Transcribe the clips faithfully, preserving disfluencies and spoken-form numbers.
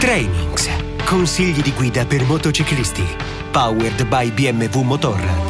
Trainings. Consigli di guida per motociclisti. Powered by B M W Motorrad.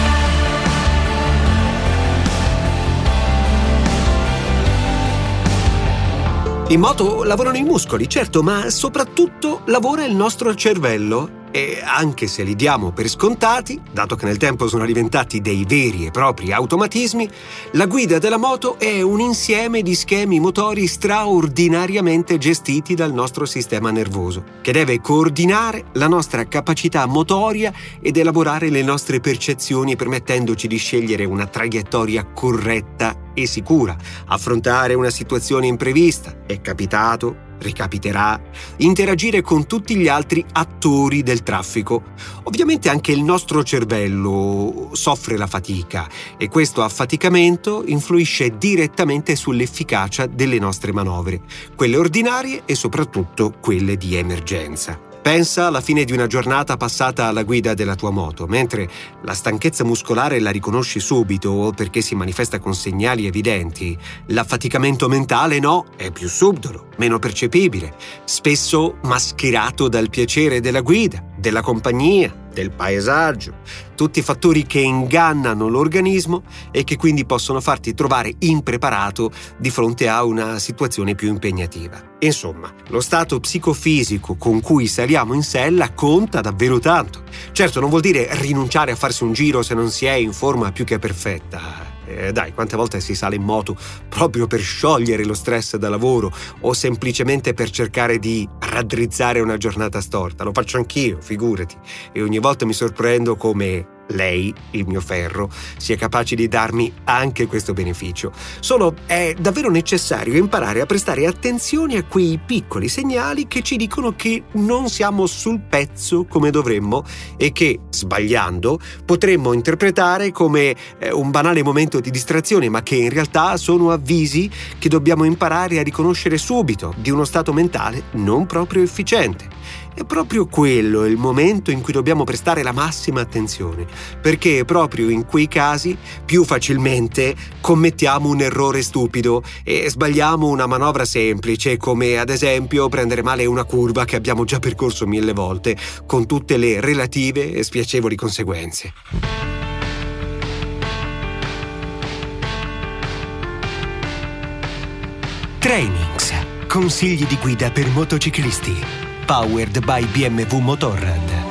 In moto lavorano i muscoli, certo, ma soprattutto lavora il nostro cervello. E anche se li diamo per scontati, dato che nel tempo sono diventati dei veri e propri automatismi, la guida della moto è un insieme di schemi motori straordinariamente gestiti dal nostro sistema nervoso, che deve coordinare la nostra capacità motoria ed elaborare le nostre percezioni, permettendoci di scegliere una traiettoria corretta e sicura, affrontare una situazione imprevista. È capitato, ricapiterà, interagire con tutti gli altri attori del traffico. Ovviamente anche il nostro cervello soffre la fatica e questo affaticamento influisce direttamente sull'efficacia delle nostre manovre, quelle ordinarie e soprattutto quelle di emergenza. Pensa alla fine di una giornata passata alla guida della tua moto, mentre la stanchezza muscolare la riconosci subito perché si manifesta con segnali evidenti. L'affaticamento mentale no, è più subdolo, meno percepibile, spesso mascherato dal piacere della guida, della compagnia, del paesaggio, tutti fattori che ingannano l'organismo e che quindi possono farti trovare impreparato di fronte a una situazione più impegnativa. Insomma, lo stato psicofisico con cui saliamo in sella conta davvero tanto. Certo, non vuol dire rinunciare a farsi un giro se non si è in forma più che perfetta. Eh, dai, quante volte si sale in moto proprio per sciogliere lo stress da lavoro o semplicemente per cercare di raddrizzare una giornata storta? Lo faccio anch'io, figurati. E ogni volta mi sorprendo come lei, il mio ferro, sia capace di darmi anche questo beneficio. Solo è davvero necessario imparare a prestare attenzione a quei piccoli segnali che ci dicono che non siamo sul pezzo come dovremmo e che, sbagliando, potremmo interpretare come eh, un banale momento di distrazione, ma che in realtà sono avvisi che dobbiamo imparare a riconoscere subito di uno stato mentale non proprio efficiente. È proprio quello il momento in cui dobbiamo prestare la massima attenzione, perché proprio in quei casi più facilmente commettiamo un errore stupido e sbagliamo una manovra semplice, come ad esempio prendere male una curva che abbiamo già percorso mille volte, con tutte le relative e spiacevoli conseguenze. Trainings. Consigli di guida per motociclisti. Powered by B M W Motorrad.